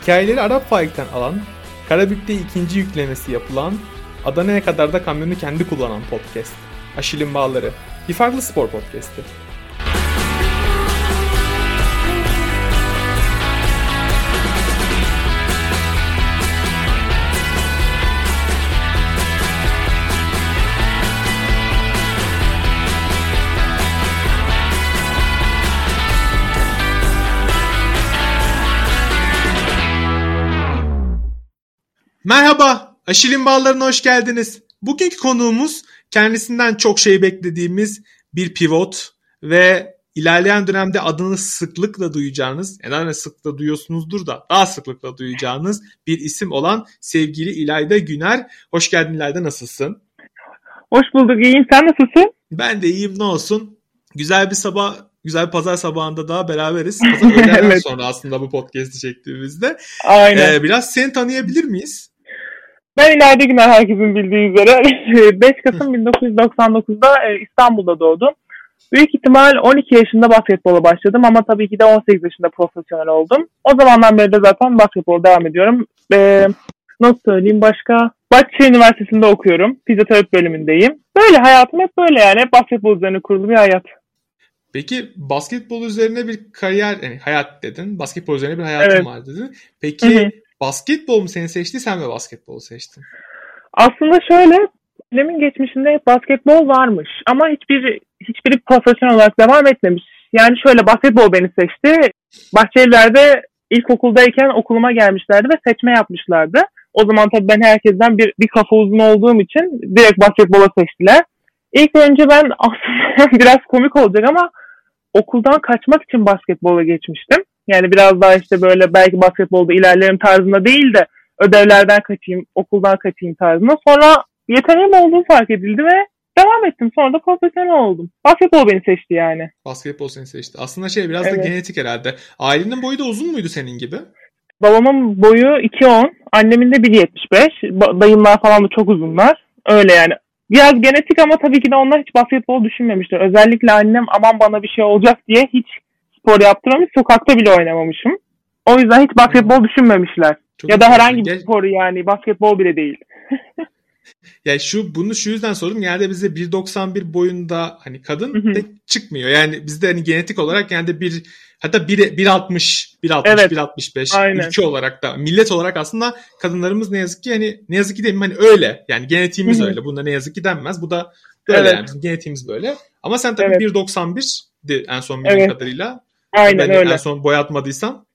Hikayeleri Arap Faik'ten alan, Karabük'te ikinci yüklemesi yapılan, Adana'ya kadar da kamyonu kendi kullanan podcast. Aşil'in Bağları, bir farklı spor podcast'i. Merhaba, Aşil'in Bağları'na hoş geldiniz. Bugünkü konuğumuz kendisinden çok şey beklediğimiz bir pivot ve ilerleyen dönemde adını sıklıkla duyacağınız, neden sıklıkla duyuyorsunuzdur da daha sıklıkla duyacağınız bir isim olan sevgili İlayda Güner. Hoş geldin İlayda, nasılsın? Hoş bulduk, iyiyim. Sen nasılsın? Ben de iyiyim, ne olsun. Güzel bir pazar sabahında daha beraberiz. Pazar öğleden evet. Sonra aslında bu podcast'i çektiğimizde. Aynen. Biraz seni tanıyabilir miyiz? Ben İlayda Güner, herkesin bildiği üzere. 5 Kasım 1999'da İstanbul'da doğdum. Büyük ihtimal 12 yaşında basketbola başladım ama tabii ki de 18 yaşında profesyonel oldum. O zamandan beri de zaten basketbola devam ediyorum. Nasıl söyleyeyim başka? Bahçeşehir Üniversitesi'nde okuyorum. Fizyoterapi bölümündeyim. Böyle hayatım hep böyle yani. Hep basketbol üzerine kurulu bir hayat. Peki basketbol üzerine bir kariyer, yani hayat dedin. Basketbol üzerine bir hayatın var dedin. Peki basketbol mu seni seçti, sen mi basketbolu seçtin? Aslında şöyle, annemin geçmişinde basketbol varmış ama hiçbiri profesyonel olarak devam etmemiş. Yani şöyle, basketbol beni seçti. Bahçeliler'de ilkokuldayken okuluma gelmişlerdi ve seçme yapmışlardı. O zaman tabii ben herkesten bir kafa uzun olduğum için direkt basketbola seçtiler. İlk önce ben aslında biraz komik olacak ama okuldan kaçmak için basketbola geçmiştim. Yani biraz daha işte böyle belki basketbolda ilerlerim tarzında değil de ödevlerden kaçayım, okuldan kaçayım tarzında. Sonra yeteneğim olduğu fark edildi ve devam ettim. Sonra da profesyonel oldum. Basketbol beni seçti yani. Basketbol seni seçti. Aslında biraz da genetik herhalde. Ailenin boyu da uzun muydu senin gibi? Babamın boyu 2.10, annemin de 1.75. Dayımlar falan da çok uzunlar. Öyle yani. Biraz genetik ama tabii ki de onlar hiç basketbol düşünmemişler. Özellikle annem aman bana bir şey olacak diye hiç spor yaptırmamış. Sokakta bile oynamamışım. O yüzden hiç basketbol düşünmemişler. Çok ya da herhangi bir sporu, yani basketbol bile değil. Yani bunu şu yüzden sordum. Genelde bizde 1.91 boyunda hani kadın pek çıkmıyor. Yani bizde hani genetik olarak yani hatta 1.60, evet. 1.65 ülke olarak da millet olarak aslında kadınlarımız ne yazık ki demeyeyim hani öyle. Yani genetiğimiz öyle. Bunda ne yazık ki denmez. Bu da böyle yani bizim genetiğimiz böyle. Ama sen tabii 1.91'di en son bildiğim kadarıyla. Aynen öyle. En son boyatmadıysan.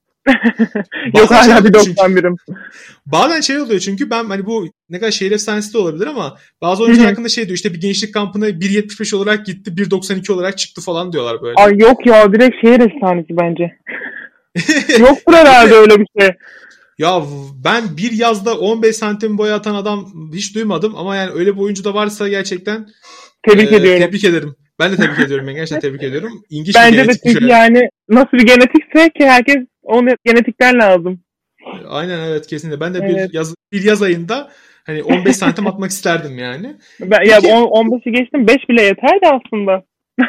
Yok, hala 1.91'im. Bazen oluyor çünkü ben hani bu ne kadar şehir efsanesi de olabilir ama bazı oyuncular hakkında diyor işte bir gençlik kampına 1.75 olarak gitti, 1.92 olarak çıktı falan diyorlar böyle. Ay yok ya, direkt şehir efsanesi bence. Yoktur herhalde öyle bir şey. Ya ben bir yazda 15 santim boy atan adam hiç duymadım ama yani öyle bir oyuncu da varsa gerçekten tebrik ediyorum. Tebrik ederim. Ben de tebrik ediyorum. Ben gerçekten tebrik ediyorum. İlginç bence bir genetik de çünkü yani nasıl bir genetikse ki herkes onu genetikler lazım. Aynen, evet, kesinlikle. Ben de bir yaz ayında hani 15 santim atmak isterdim yani. Ya 15'i geçtim, 5 bile yeterdi aslında.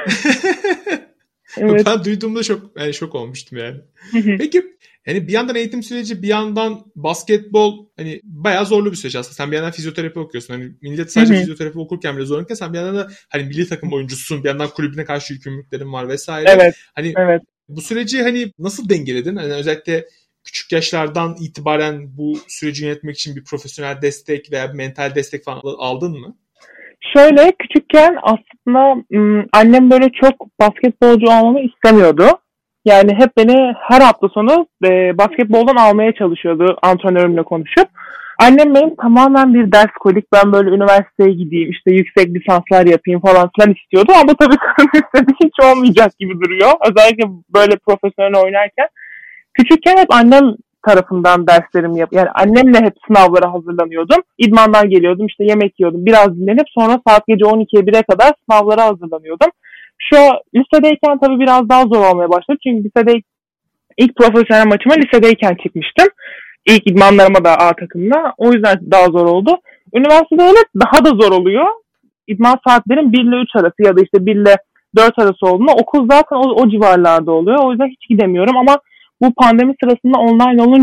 Evet. Ben duyduğumda şok olmuştum yani. Peki hani bir yandan eğitim süreci, bir yandan basketbol hani bayağı zorlu bir süreç aslında. Sen bir yandan fizyoterapi okuyorsun. Hani millet sadece fizyoterapi okurken bile zorlanırken sen bir yandan da hani milli takım oyuncusun. Bir yandan kulübüne karşı yükümlülüklerin var vesaire. Evet. Hani bu süreci hani nasıl dengeledin? Hani özellikle küçük yaşlardan itibaren bu süreci yönetmek için bir profesyonel destek veya bir mental destek falan aldın mı? Şöyle, küçükken aslında annem böyle çok basketbolcu olmamı istemiyordu. Yani hep beni her hafta sonu basketboldan almaya çalışıyordu antrenörümle konuşup. Annem benim tamamen bir derskolik, ben böyle üniversiteye gideyim, işte yüksek lisanslar yapayım falan filan istiyordu. Ama tabii kadın istediği hiç olmayacak gibi duruyor. Özellikle böyle profesyonel oynarken. Küçükken hep annem tarafından derslerimi yani annemle hep sınavlara hazırlanıyordum. İdmandan geliyordum, işte yemek yiyordum, biraz dinlenip sonra saat gece 12'ye 1'e kadar sınavlara hazırlanıyordum. Şu lisedeyken tabii biraz daha zor olmaya başladı. Çünkü lisede ilk profesyonel maçıma lisedeyken çıkmıştım. İlk idmanlarıma da A takımla. O yüzden daha zor oldu. Üniversitede öyle daha da zor oluyor. İdman saatlerim 1 ile 3 arası ya da işte 1 ile 4 arası olduğunda okul zaten o civarlarda oluyor. O yüzden hiç gidemiyorum ama bu pandemi sırasında online olunca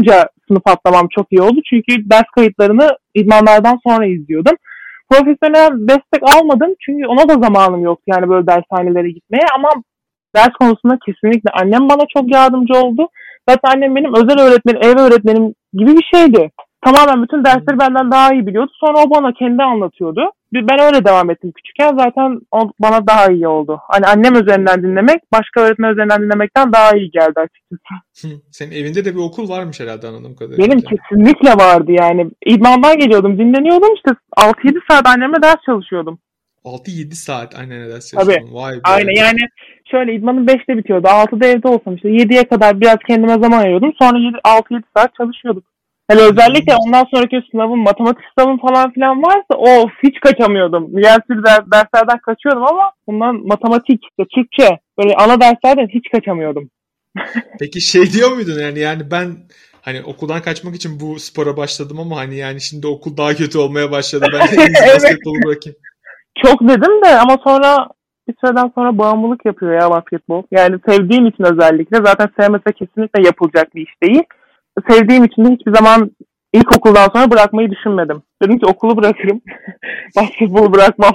sınıf atlamam çok iyi oldu. Çünkü ders kayıtlarını idmanlardan sonra izliyordum. Profesyonel destek almadım çünkü ona da zamanım yoktu yani böyle dershanelere gitmeye, ama ders konusunda kesinlikle annem bana çok yardımcı oldu. Zaten annem benim özel öğretmenim, ev öğretmenim gibi bir şeydi. Tamamen bütün dersleri benden daha iyi biliyordu. Sonra o bana kendi anlatıyordu. Ben öyle devam ettim küçükken. Zaten o bana daha iyi oldu. Hani annem üzerinden dinlemek, başka öğretmen üzerinden dinlemekten daha iyi geldi açıkçası. Senin evinde de bir okul varmış herhalde anladığım kadarıyla. Benim kesinlikle vardı yani. İdmandan geliyordum, dinleniyordum. İşte 6-7 saat annemle ders çalışıyordum. 6-7 saat annene ders çalışıyordum. Vay be. Aynen yani şöyle idmanın 5'te bitiyordu. 6'da evde olsam işte 7'ye kadar biraz kendime zaman ayırıyordum. Sonra 6-7 saat çalışıyorduk. Hele özellikle ondan sonraki sınavım, matematik sınavım falan filan varsa hiç kaçamıyordum. Diğer türlü derslerden kaçıyordum ama bundan matematik, Türkçe böyle ana derslerden hiç kaçamıyordum. Peki şey diyor muydun yani ben hani okuldan kaçmak için bu spora başladım ama hani yani şimdi okul daha kötü olmaya başladı. Ben en iyisi basketbolu bırakayım. Çok dedim de ama sonra bir süreden sonra bağımlılık yapıyor ya basketbol. Yani sevdiğim için özellikle. Zaten sevmese kesinlikle yapılacak bir iş değil. Sevdiğim için de hiçbir zaman ilkokuldan sonra bırakmayı düşünmedim. Dedim ki okulu bırakırım. Basketbolu bırakmam.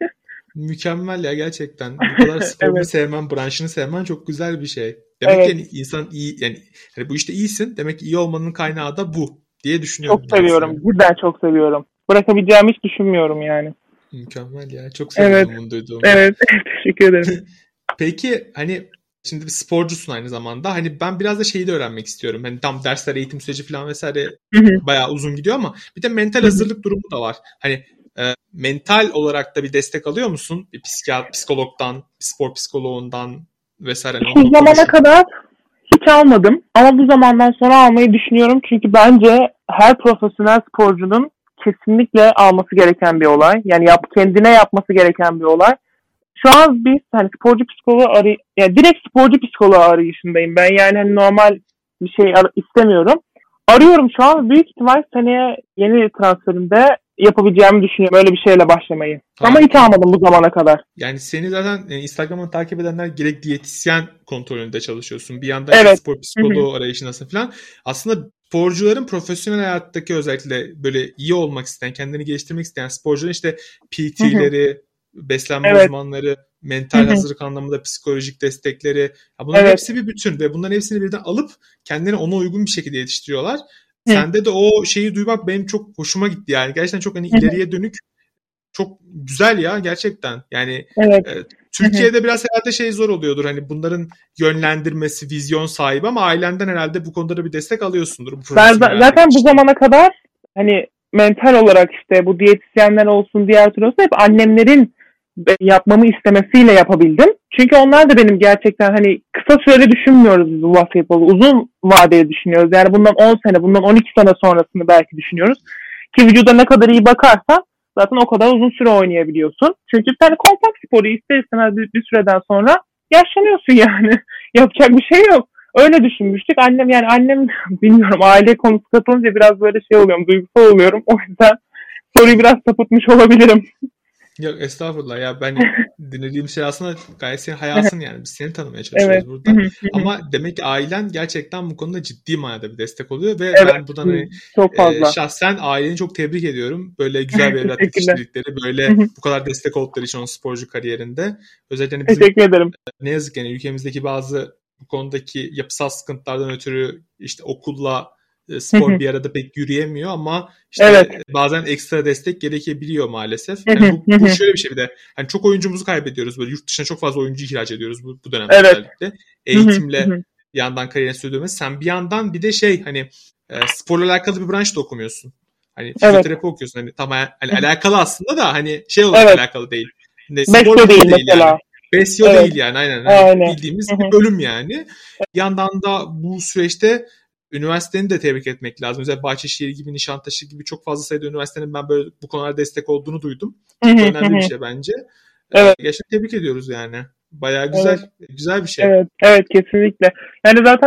Mükemmel ya gerçekten. Bu kadar sporunu Evet. sevmen, branşını sevmen çok güzel bir şey. Demek ki yani insan iyi yani hani bu işte iyisin. Demek ki iyi olmanın kaynağı da bu diye düşünüyorum. Çok seviyorum. Cidden çok seviyorum. Bırakabileceğimi hiç düşünmüyorum yani. Mükemmel ya. Çok sevindim bunu duyduğumda. Evet. Teşekkür ederim. Peki hani şimdi bir sporcusun aynı zamanda. Hani ben biraz da şeyi de öğrenmek istiyorum. Hani tam dersler, eğitim süreci falan vesaire bayağı uzun gidiyor ama bir de mental hazırlık durumu da var. Hani mental olarak da bir destek alıyor musun? Bir psikologdan, bir spor psikoloğundan vesaire. Şu zamana kadar hiç almadım ama bu zamandan sonra almayı düşünüyorum. Çünkü bence her profesyonel sporcunun kesinlikle alması gereken bir olay. Yani kendine yapması gereken bir olay. Şu an biz hani sporcu psikoloğu yani direkt sporcu psikoloğu arayışındayım. Ben yani hani normal bir şey istemiyorum. Arıyorum şu an. Büyük ihtimal seneye yeni transferimde yapabileceğimi düşünüyorum. Öyle bir şeyle başlamayı. Ama hiç almadım bu zamana kadar. Yani seni zaten Instagram'dan takip edenler gerek diyetisyen kontrolünde çalışıyorsun. Bir yandan spor psikoloğu arayışındasın falan. Aslında sporcuların profesyonel hayattaki özellikle böyle iyi olmak isteyen, kendini geliştirmek isteyen sporcuların işte PT'leri, beslenme uzmanları, mental hazırlık anlamında psikolojik destekleri. Bunların hepsi bir bütün ve bunların hepsini birden alıp kendini ona uygun bir şekilde yetiştiriyorlar. Sende de o şeyi duymak benim çok hoşuma gitti yani. Gerçekten çok hani ileriye dönük çok güzel ya gerçekten. Yani Türkiye'de biraz herhalde şey zor oluyordur. Hani bunların yönlendirmesi, vizyon sahibi ama ailenden herhalde bu konuda da bir destek alıyorsundur. Ben zaten bu zamana kadar hani mental olarak işte bu diyetisyenler olsun, diğer türlü olsun hep annemlerin yapmamı istemesiyle yapabildim. Çünkü onlar da benim gerçekten hani kısa süreli düşünmüyoruz biz bu basketbolu. Uzun vadeli düşünüyoruz. Yani bundan 10 sene, bundan 12 sene sonrasını belki düşünüyoruz. Ki vücuda ne kadar iyi bakarsan zaten o kadar uzun süre oynayabiliyorsun. Çünkü hani kontak sporu ister istemez bir süreden sonra yaşlanıyorsun yani. Yapacak bir şey yok. Öyle düşünmüştük. Annem bilmiyorum aile konusu katılınca biraz böyle şey oluyorum, duygusal oluyorum. O yüzden soruyu biraz sapıtmış olabilirim. Yok estağfurullah ya ben dinlediğim şey aslında gayet senin hayatın yani biz seni tanımaya çalışıyoruz burada. Ama demek ki ailen gerçekten bu konuda ciddi manada bir destek oluyor ve ben buradan hani, şahsen aileni çok tebrik ediyorum. Böyle güzel bir evlat yetiştirdikleri, böyle bu kadar destek oldukları için onun sporcu kariyerinde. Özellikle hani bizim ne yazık yani ülkemizdeki bazı bu konudaki yapısal sıkıntılardan ötürü işte okulla spor bir arada pek yürüyemiyor ama işte bazen ekstra destek gerekebiliyor maalesef. Yani bu şöyle bir şey bir de hani çok oyuncumuzu kaybediyoruz. Böyle yurt dışına çok fazla oyuncu ihraç ediyoruz bu dönemde özellikle. Eğitimle bir yandan kariyerini sürdürmesi. Sen bir yandan bir de hani sporla alakalı bir branş da okumuyorsun. Hani fizyoterapi okuyorsun. Hani tamamen hani alakalı aslında da hani şey olarak alakalı değil. Spor değil mesela. Yani. Besyo değil yani aynen. Hani bildiğimiz bir bölüm yani. Bir yandan da bu süreçte üniversiteni de tebrik etmek lazım. Özellikle Bahçeşehir gibi, Nişantaşı gibi çok fazla sayıda üniversitenin ben böyle bu konularda destek olduğunu duydum. Çok önemli bir şey bence. Gerçekten tebrik ediyoruz yani. Bayağı güzel bir şey. Evet kesinlikle. Yani zaten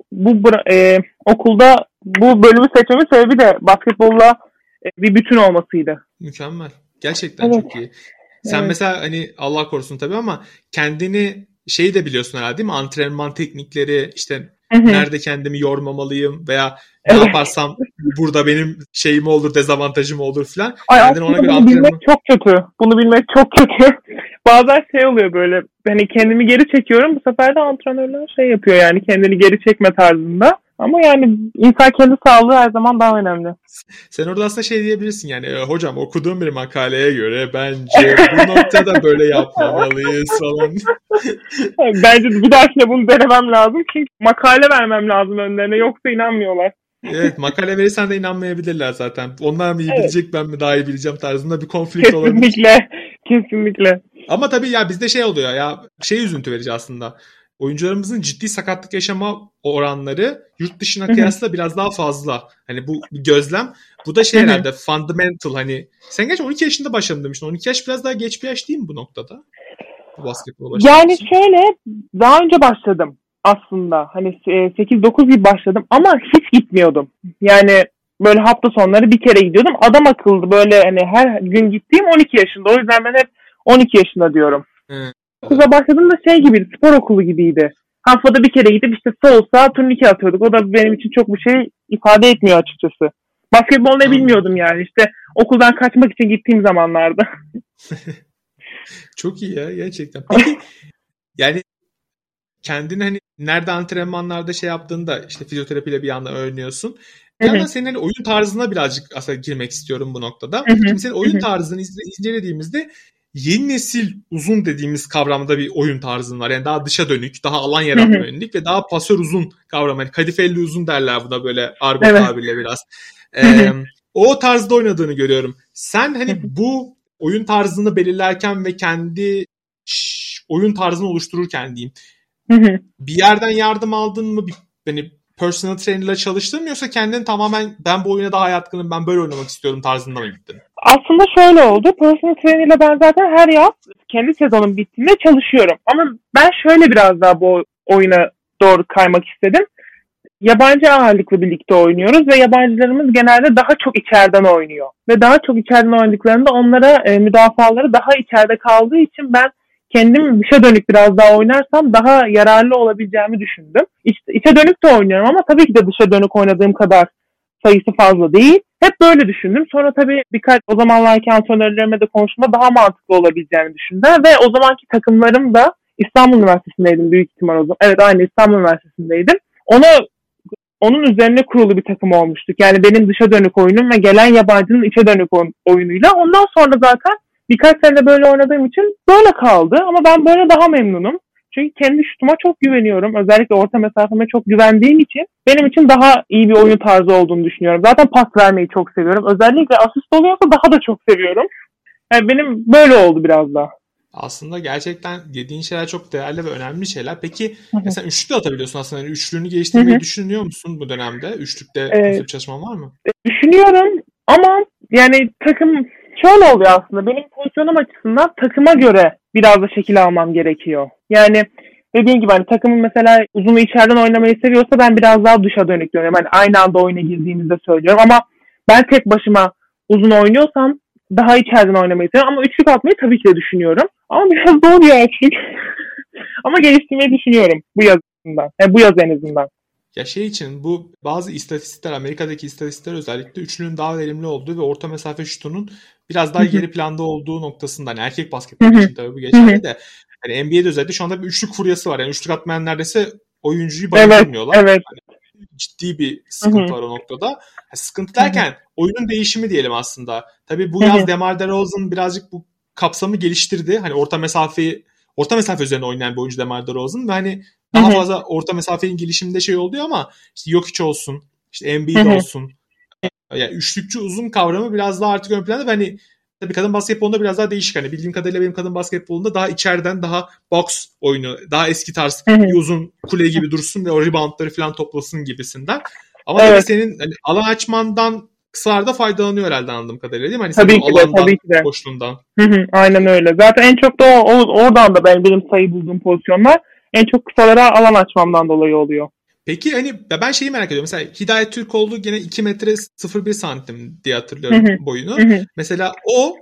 okulda bu bölümü seçmemin sebebi de basketbolla bir bütün olmasıydı. Mükemmel. Gerçekten çok iyi. Sen mesela hani Allah korusun tabii ama kendini de biliyorsun herhalde değil mi? Antrenman teknikleri işte nerede kendimi yormamalıyım veya ne yaparsam burada benim şeyim olur, dezavantajım olur falan. Kendini ona göre bunu bilmek çok kötü. Bunu bilmek çok kötü. Bazen şey oluyor böyle, hani kendimi geri çekiyorum, bu sefer de antrenörler şey yapıyor yani, kendini geri çekme tarzında. Ama yani insan kendi sağlığı her zaman daha önemli. Sen orada aslında şey diyebilirsin yani, hocam okuduğum bir makaleye göre bence bu noktada böyle yapmamalıyız falan. Bence bir dahakine bunu denemem lazım. Çünkü makale vermem lazım önlerine. Yoksa inanmıyorlar. Evet, makale verirsen de inanmayabilirler zaten. Onlar mı iyi bilecek, ben mi daha iyi bileceğim tarzında bir konflikt olabilir. Kesinlikle. Ama tabii ya bizde şey oluyor ya, şey üzüntü verici aslında. Oyuncularımızın ciddi sakatlık yaşama oranları yurt dışına kıyasla biraz daha fazla. Hani bu bir gözlem. Bu da şey herhalde fundamental, hani sen geç 12 yaşında başladın demiştin. 12 yaş biraz daha geç bir yaş değil mi bu noktada? Bu basketbola başlamak yani için. Şöyle, daha önce başladım aslında. Hani 8-9 gibi başladım ama hiç gitmiyordum. Yani böyle hafta sonları bir kere gidiyordum. Adam akıllı böyle hani her gün gittiğim 12 yaşında. O yüzden ben hep 12 yaşında diyorum. Okuza başladım da şey gibiydi, spor okulu gibiydi. Haftada bir kere gidip işte solsa turnike atıyorduk. O da benim için çok bir şey ifade etmiyor açıkçası. Basketbol ne bilmiyordum yani, işte okuldan kaçmak için gittiğim zamanlarda. Çok iyi ya gerçekten. Peki yani kendini hani nerede antrenmanlarda şey yaptığında işte fizyoterapiyle bir yandan öğreniyorsun. Bir yandan senin hani oyun tarzına birazcık aslında girmek istiyorum bu noktada. Şimdi senin oyun tarzını incelediğimizde yeni nesil uzun dediğimiz kavramda bir oyun tarzın var. Yani daha dışa dönük, daha alan yaratma yönelik ve daha pasör uzun kavram. Yani kadifelli uzun derler buna böyle argo tabirle biraz. O tarzda oynadığını görüyorum. Sen hani bu oyun tarzını belirlerken ve kendi oyun tarzını oluştururken diyeyim. Bir yerden yardım aldın mı? Hani personal trainer'la çalıştın mı, yoksa kendin tamamen ben bu oyuna daha yatkınım, ben böyle oynamak istiyorum tarzında mı gittin? Aslında şöyle oldu. Personal trainer'la ben zaten her yaz kendi sezonum bittiğinde çalışıyorum. Ama ben şöyle biraz daha bu oyuna doğru kaymak istedim. Yabancı ağırlıklı birlikte oynuyoruz ve yabancılarımız genelde daha çok içeriden oynuyor. Ve daha çok içeriden oynadıklarında onlara müdafaları daha içeride kaldığı için ben kendim dışa dönük biraz daha oynarsam daha yararlı olabileceğimi düşündüm. İçe dönük de oynuyorum ama tabii ki de dışa dönük oynadığım kadar sayısı fazla değil. Hep böyle düşündüm. Sonra tabii o zamanlarki antrenörlerime de konuşma daha mantıklı olabileceğini düşündüm. Ve o zamanki takımlarım da İstanbul Üniversitesi'ndeydim büyük ihtimal o zaman. Evet, aynı İstanbul Üniversitesi'ndeydim. Onun üzerine kurulu bir takım olmuştuk. Yani benim dışa dönük oyunum ve gelen yabancının içe dönük oyunuyla. Ondan sonra zaten birkaç sene böyle oynadığım için böyle kaldı. Ama ben böyle daha memnunum. Çünkü kendi şutuma çok güveniyorum. Özellikle orta mesafeme çok güvendiğim için benim için daha iyi bir oyun tarzı olduğunu düşünüyorum. Zaten pas vermeyi çok seviyorum. Özellikle asist oluyorsa daha da çok seviyorum. Yani benim böyle oldu biraz daha. Aslında gerçekten dediğin şeyler çok değerli ve önemli şeyler. Peki sen üçlük de atabiliyorsun aslında. Yani üçlüğünü geliştirmeyi düşünüyor musun bu dönemde? Üçlükte nasıl bir çalışman var mı? Düşünüyorum ama yani takım şöyle oluyor aslında. Benim pozisyonum açısından takıma göre biraz da şekil almam gerekiyor. Yani dediğim gibi hani takımın mesela uzunu içeriden oynamayı seviyorsa ben biraz daha dışa dönük dönüyorum. Hani aynı anda oyuna girdiğimizde söylüyorum ama ben tek başıma uzun oynuyorsam daha içeriden oynamayı seviyorum. Ama üçlük atmayı tabii ki de düşünüyorum. Ama biraz zor ya üçlük. Ama geliştirmeyi düşünüyorum bu yazından. Bu yaz en azından. Ya şey için bu bazı istatistikler, Amerika'daki istatistikler özellikle üçlünün daha verimli olduğu ve orta mesafe şutunun biraz daha geri planda olduğu noktasında. Yani erkek basketbolu için tabii bu geçerli de. Yani NBA'de özellikle şu anda bir üçlük furyası var. Yani üçlük atmayan neredeyse oyuncuyu bayıltmıyorlar. Evet. Yani ciddi bir sıkıntı var o noktada. Yani sıkıntı derken oyunun değişimi diyelim aslında. Tabii bu yaz DeMar DeRozan birazcık bu kapsamı geliştirdi. Hani orta mesafe üzerine oynayan bir oyuncu DeMar DeRozan ve hani daha fazla orta mesafenin gelişiminde şey oluyor ama işte Jokic olsun, işte Embiid olsun. Yani üçlükçü uzun kavramı biraz daha artık ön planda ve hani tabii kadın basketbolunda biraz daha değişik. Hani bildiğim kadarıyla benim kadın basketbolunda daha içeriden daha box oyunu, daha eski tarz bir uzun kule gibi dursun ve o reboundları falan toplasın gibisinden. Ama tabii senin hani alan açmandan kısalarda faydalanıyor herhalde anladığım kadarıyla, değil mi? Hani tabii ki de, alandan, tabii ki de. boşluğundan. Aynen öyle. Zaten en çok da oradan da benim sayı bulduğum pozisyonlar en çok kısalara alan açmamdan dolayı oluyor. Peki hani ben şeyi merak ediyorum. Mesela Hidayet Türkoğlu gene 2 metre 0,1 santim diye hatırlıyorum boyunu. Mesela o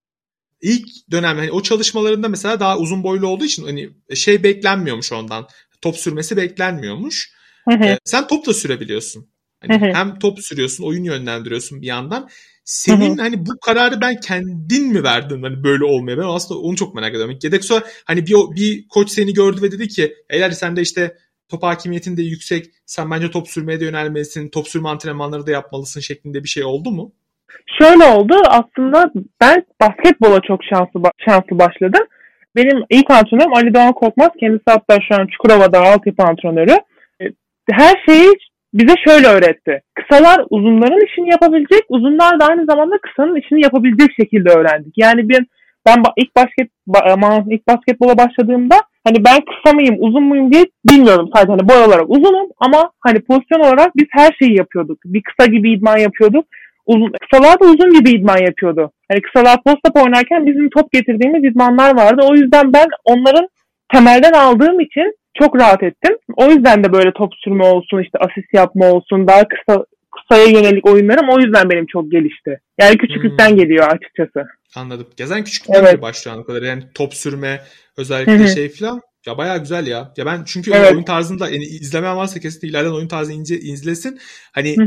ilk dönem hani o çalışmalarında mesela daha uzun boylu olduğu için hani şey beklenmiyormuş ondan. Top sürmesi beklenmiyormuş. Sen top da sürebiliyorsun. Hani hem top sürüyorsun, oyun yönlendiriyorsun bir yandan. Senin hani bu kararı ben kendin mi verdin hani böyle olmaya? Ben aslında onu çok merak ediyorum. Yedek hani bir koç seni gördü ve dedi ki eğer sen de işte top hakimiyetin de yüksek, sen bence top sürmeye de yönelmelisin, top sürme antrenmanları da yapmalısın şeklinde bir şey oldu mu? Şöyle oldu, aslında ben basketbola çok şanslı başladım. Benim ilk antrenörüm Ali Doğan Korkmaz, kendisi hatta şu an Çukurova'da altyapı antrenörü. Her şeyi bize şöyle öğretti. Kısalar uzunların işini yapabilecek, uzunlar da aynı zamanda kısanın işini yapabilecek şekilde öğrendik. Yani ben ilk basketbola başladığımda hani ben kısa mıyım, uzun muyum diye bilmiyordum. Sadece hani boy olarak uzunum ama hani pozisyon olarak biz her şeyi yapıyorduk. Bir kısa gibi idman yapıyorduk. Kısalar da uzun gibi idman yapıyordu. Hani kısalar post-up oynarken bizim top getirdiğimiz idmanlar vardı. O yüzden ben onların temelden aldığım için çok rahat ettim. O yüzden de böyle top sürme olsun, işte asist yapma olsun, daha kısaya yönelik oyunlarım o yüzden benim çok gelişti. Yani küçüklükten geliyor açıkçası. Anladım. Gezen küçüklükten beri başlıyor o kadar. Yani top sürme, özellikle şey falan. Ya bayağı güzel ya. Ya ben çünkü oyun tarzında yani izlemeyen varsa kesinlikle ileriden oyun tarzını izlesin. Hani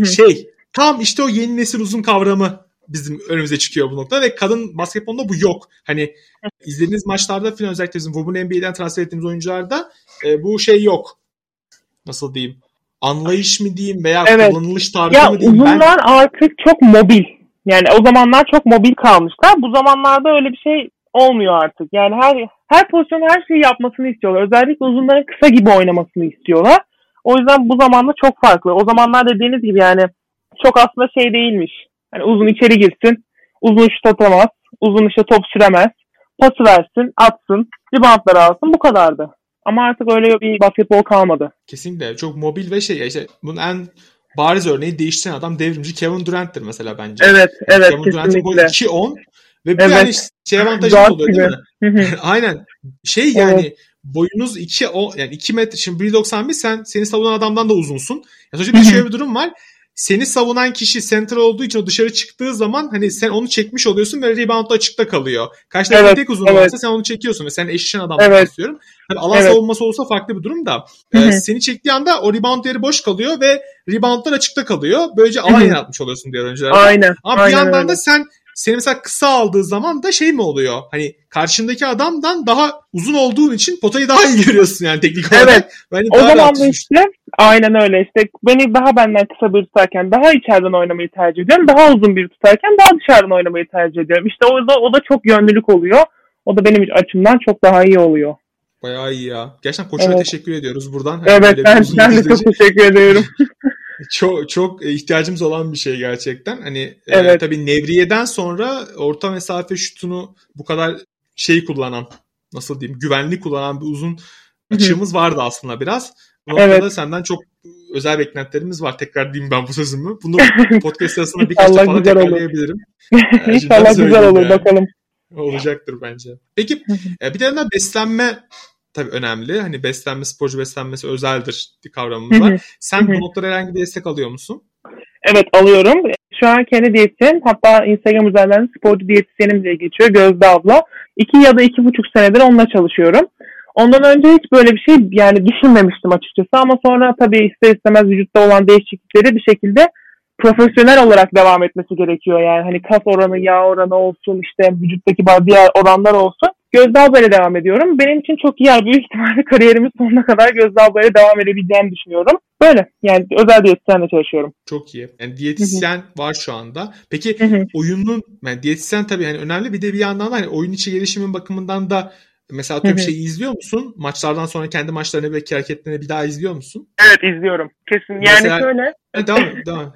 tam işte o yeni nesil uzun kavramı bizim önümüze çıkıyor bu noktada ve kadın basketbolunda bu yok. Hani izlediğiniz maçlarda falan özellikle bizim Women NBA'den transfer ettiğimiz oyuncularda bu şey yok. Nasıl diyeyim? Anlayış mı diyeyim veya kullanılış tarzı mı diyeyim? Uzunlar artık çok mobil. Yani o zamanlar çok mobil kalmışlar. Bu zamanlarda öyle bir şey olmuyor artık. Yani her pozisyon her şeyi yapmasını istiyorlar. Özellikle uzunların kısa gibi oynamasını istiyorlar. O yüzden bu zamanda çok farklı. O zamanlar dediğiniz gibi yani çok aslında şey değilmiş. Yani uzun içeri girsin, uzun şut atamaz, uzun işte top süremez, pası versin, atsın, reboundları alsın, bu kadardı. Ama artık öyle bir basketbol kalmadı. Kesinlikle. Çok mobil ve işte bunun en bariz örneği değiştiren adam devrimci Kevin Durant'tir mesela bence. Evet, Kevin Durant'ın boyu 2.10 ve bir yani şey avantajı oluyor değil mi? Aynen. Yani boyunuz 2.10 yani 2 metre, şimdi 1.91 seni savunan adamdan da uzunsun. Ya sonuçta şöyle bir durum var. Seni savunan kişi center olduğu için o dışarı çıktığı zaman hani sen onu çekmiş oluyorsun ve reboundda açıkta kalıyor. Karşıdaki tek uzun varsa sen onu çekiyorsun ve sen eşleşen adamdan istiyorum. Hani alan savunması olsa farklı bir durum da seni çektiği anda o rebound yeri boş kalıyor ve reboundlar açıkta kalıyor. Böylece alan yaratmış oluyorsun diğer oyunculardan. Aynen. Ama bir yandan da seni mesela kısa aldığı zaman da şey mi oluyor? Hani karşındaki adamdan daha uzun olduğun için potayı daha iyi görüyorsun yani teknik olarak. Evet. O zaman da işte aynen öyle. İşte beni daha benden kısa bir tutarken daha içeriden oynamayı tercih ediyorum. Daha uzun bir tutarken daha dışarıdan oynamayı tercih ediyorum. İşte o da çok yönlülük oluyor. O da benim açımdan çok daha iyi oluyor. Bayağı iyi ya. Gerçekten koçuna teşekkür ediyoruz buradan. Evet, ben de çok teşekkür ediyorum. Çok ihtiyacımız olan bir şey gerçekten. Hani tabii Nevriye'den sonra orta mesafe şutunu bu kadar kullanan, nasıl diyeyim, güvenli kullanan bir uzun açığımız vardı aslında biraz. Bu noktada senden çok özel beklentilerimiz var. Tekrar diyeyim ben bu sözümü. Bunu podcast sırasında birkaç defa da tekrarlayabilirim. İnşallah güzel olur bakalım. Olacaktır bence. Peki bir de beslenme tabii önemli. Hani beslenme, sporcu beslenmesi özeldir kavramımız var. Sen bu noktada herhangi bir destek alıyor musun? Evet, alıyorum. Şu an kendi diyetisyenim, hatta Instagram üzerinden sporcu diyetisyenim diye geçiyor, Gözde abla. 2 ya da 2,5 senedir onunla çalışıyorum. Ondan önce hiç böyle bir şey yani düşünmemiştim açıkçası ama sonra tabii ister istemez vücutta olan değişiklikleri bir şekilde profesyonel olarak devam etmesi gerekiyor. Yani hani kas oranı, yağ oranı olsun, işte vücuttaki diğer oranlar olsun. Gözde ablayla devam ediyorum. Benim için çok iyi, yani büyük ihtimalle kariyerimin sonuna kadar Gözde ablayla devam edebileceğimi düşünüyorum. Böyle yani özel diyetisyenle çalışıyorum. Çok iyi. Yani diyetisyen var şu anda. Peki oyunun, yani diyetisyen tabii hani önemli, bir de bir yandan da hani oyun içi gelişimin bakımından da mesela bir şeyi izliyor musun? Maçlardan sonra kendi maçlarını ve hareketlerini bir daha izliyor musun? Evet, izliyorum. Kesin. Yani mesela, şöyle. Devam.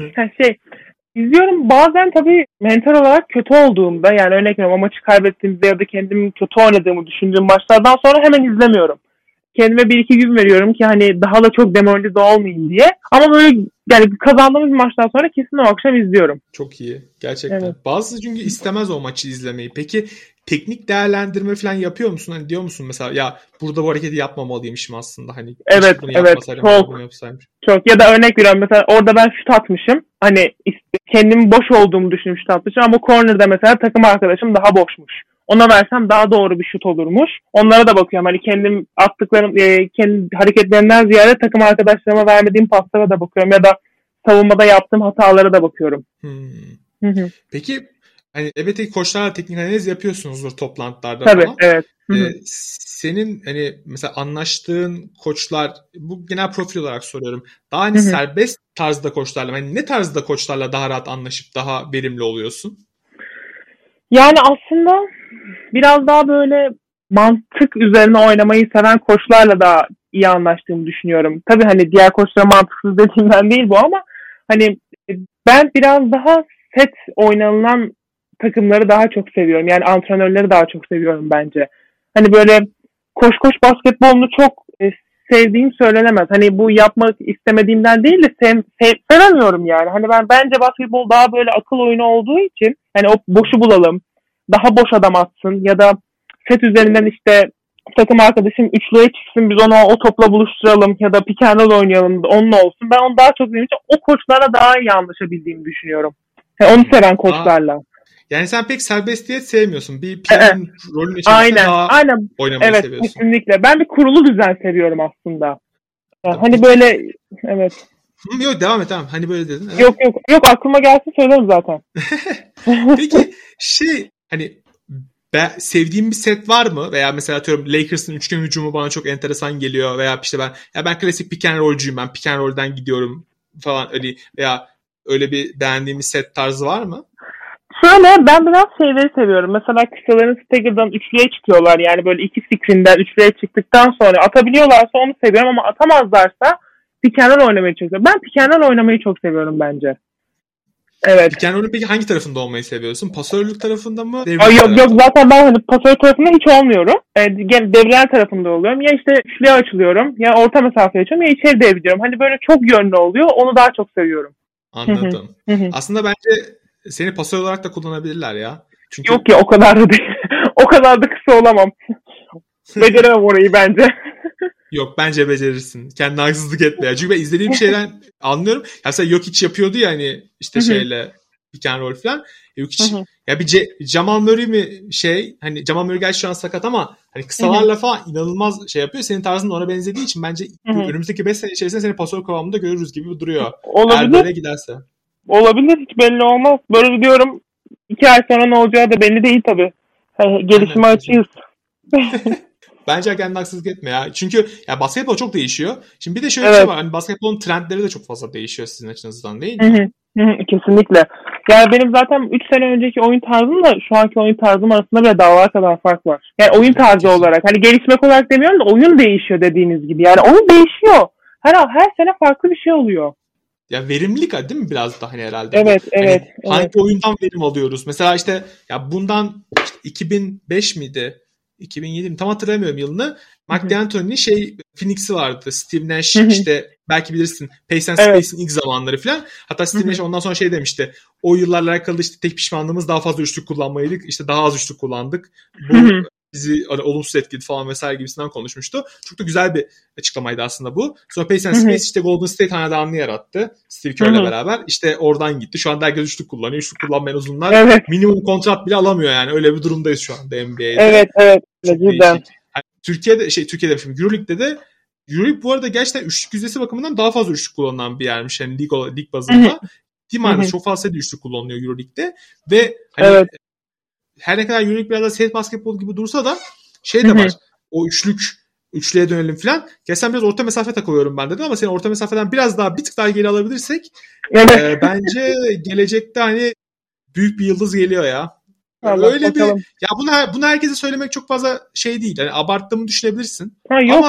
İzliyorum. Bazen tabii mental olarak kötü olduğumda, yani örnek veriyorum, o maçı kaybettiğimde ya da kendim kötü oynadığımı düşündüğüm maçlardan sonra hemen izlemiyorum. Kendime 1-2 gün veriyorum ki hani daha da çok demoralize olmayayım diye. Ama böyle yani kazandığımız maçtan sonra kesin o akşam izliyorum. Çok iyi. Gerçekten. Evet. Bazısı çünkü istemez o maçı izlemeyi. Peki teknik değerlendirme falan yapıyor musun? Hani diyor musun mesela ya burada bu hareketi yapmamalıymışım aslında. Hani evet. Çok. Ya da örnek veriyorum, mesela orada ben şut atmışım. Hani kendim boş olduğumu düşünüp şut atmışım ama corner'da mesela takım arkadaşım daha boşmuş. ona versem daha doğru bir şut olurmuş. Onlara da bakıyorum. Hani kendim attıklarım, kendi hareketlerinden ziyade takım arkadaşlarıma vermediğim paslara da bakıyorum ya da savunmada yaptığım hatalara da bakıyorum. Peki hani elbette koçlarla teknik analiz yapıyorsunuzdur toplantılarda Tabii, falan. evet. Senin hani mesela anlaştığın koçlar, bu genel profil olarak soruyorum. Daha hani serbest tarzda koçlarla, hani ne tarzda koçlarla daha rahat anlaşıp daha verimli oluyorsun? Yani aslında biraz daha böyle mantık üzerine oynamayı seven koçlarla da iyi anlaştığımı düşünüyorum. Tabii hani diğer koçlara mantıksız dediğimden değil bu ama hani ben biraz daha set oynanılan takımları daha çok seviyorum. Yani antrenörleri daha çok seviyorum bence. Hani böyle koş basketbolunu çok sevdiğim söylenemez. Hani bu yapmak istemediğimden değil de sevemiyorum yani. Hani bence basketbol daha böyle akıl oyunu olduğu için hani o boşu bulalım. Daha boş adam atsın ya da set üzerinden işte takım arkadaşım üçlüye çıksın, biz onu o topla buluşturalım ya da pick and roll oynayalım da onunla olsun. Ben onu daha çok sevdiğim için o koçlarla daha iyi anlaşabildiğimi düşünüyorum. Yani onu seven koçlarla. Yani sen pek serbestiyet sevmiyorsun. Bir planın rolün içerisinde daha oynamayı seviyorsun. Evet, kesinlikle. Ben bir kurulu düzen seviyorum aslında. Yani hani böyle evet. Yok devam et tamam. Hani böyle dedin. Evet. Yok aklıma gelsin söylerim zaten. Peki hani sevdiğim bir set var mı? Veya mesela atıyorum Lakers'ın üçgen hücumu bana çok enteresan geliyor veya işte ben klasik pick and roll'cuyum, ben pick and roll'den gidiyorum falan öyle veya öyle bir beğendiğimiz set tarzı var mı? Şöyle ben biraz şeyleri seviyorum. Mesela kısaların stagger'dan üçlüye çıkıyorlar. Yani böyle iki screen'den üçlüye çıktıktan sonra atabiliyorlarsa onu seviyorum ama atamazlarsa pick and roll oynamayı çok seviyorum. Ben pick and roll oynamayı çok seviyorum bence. Evet. Pick and roll'ün peki hangi tarafında olmayı seviyorsun? Pasörlük tarafında mı? Yok zaten ben hani pasör tarafında hiç olmuyorum. Devrilen tarafında oluyorum. Ya işte üçlüye açılıyorum ya orta mesafeye açıyorum ya içeri deviriyorum. Hani böyle çok yönlü oluyor. Onu daha çok seviyorum. Anladım. Aslında bence seni pasör olarak da kullanabilirler ya. Çünkü... Yok ya o kadar da değil. O kadar da kısa olamam. Beceremem orayı bence. Yok bence becerirsin. Kendine haksızlık etme ya. Çünkü ben izlediğim şeyden anlıyorum. Ya mesela Jokic yapıyordu ya hani işte şeyle pick and roll falan. Jokic ya bir Jamal Murray mi hani Jamal Murray gerçi şu an sakat ama hani kısalarla falan inanılmaz şey yapıyor. Senin tarzın ona benzediği için bence önümüzdeki 5 sene içerisinde seni pasör kıvamında görürüz gibi duruyor. Olabilir. Eğer böyle giderse. Olabilir, hiç belli olmaz. Böyle diyorum 2 ay sonra ne olacağı da belli değil tabii. Gelişime açığız. Bence kendine haksızlık etme ya. Çünkü ya basketbol çok değişiyor. Şimdi bir de şöyle bir şey var. Hani basketbolun trendleri de çok fazla değişiyor sizin açınızdan değil mi? Kesinlikle. Yani benim zaten 3 sene önceki oyun tarzımla şu anki oyun tarzım arasında bile dağlar kadar fark var. Yani oyun tarzı olarak. Hani gelişmek olarak demiyorum da oyun değişiyor dediğiniz gibi. Yani oyun değişiyor. Her sene farklı bir şey oluyor. Ya verimlilik değil mi biraz da hani herhalde? Evet. Hangi oyundan verim alıyoruz? Mesela işte ya bundan 2005 miydi? 2007 mi? Tam hatırlamıyorum yılını. Mark D'Antoni'nin Phoenix'i vardı. Steve Nash işte belki bilirsin Pace and Space'in ilk zamanları falan. Hatta Steve Nash ondan sonra demişti. O yıllarla alakalı işte tek pişmanlığımız daha fazla üçlük kullanmaydık. İşte daha az üçlük kullandık. Bu bizi olumsuz etkiledi falan vesaire gibisinden konuşmuştu. Çok da güzel bir açıklamaydı aslında bu. Sonra Pace and Space işte Golden State hanedanını yarattı. Steve Kerr'le beraber. İşte oradan gitti. Şu anda herkes üçlük kullanıyor. Üçlük kullanmayan uzunlar minimum kontrat bile alamıyor yani. Öyle bir durumdayız şu anda NBA'de. Evet. Cidden. Yani Türkiye'de demişim. Euroleague'de de Euroleague bu arada gerçekten üçlük yüzdesi bakımından daha fazla üçlük kullanılan bir yermiş. Yani lig bazında. Team çok fazla üçlük kullanılıyor Euroleague'de. Ve hani her ne kadar Euroleague biraz da set basketbol gibi dursa da de var. O üçlüye dönelim falan. Gerçekten biraz orta mesafe takılıyorum ben dedim ama seni orta mesafeden bir tık daha geri alabilirsek bence gelecekte hani büyük bir yıldız geliyor ya. Allah, öyle bakalım. Ya bunu herkese söylemek çok fazla değil. Yani abarttığımı düşünebilirsin. Yok.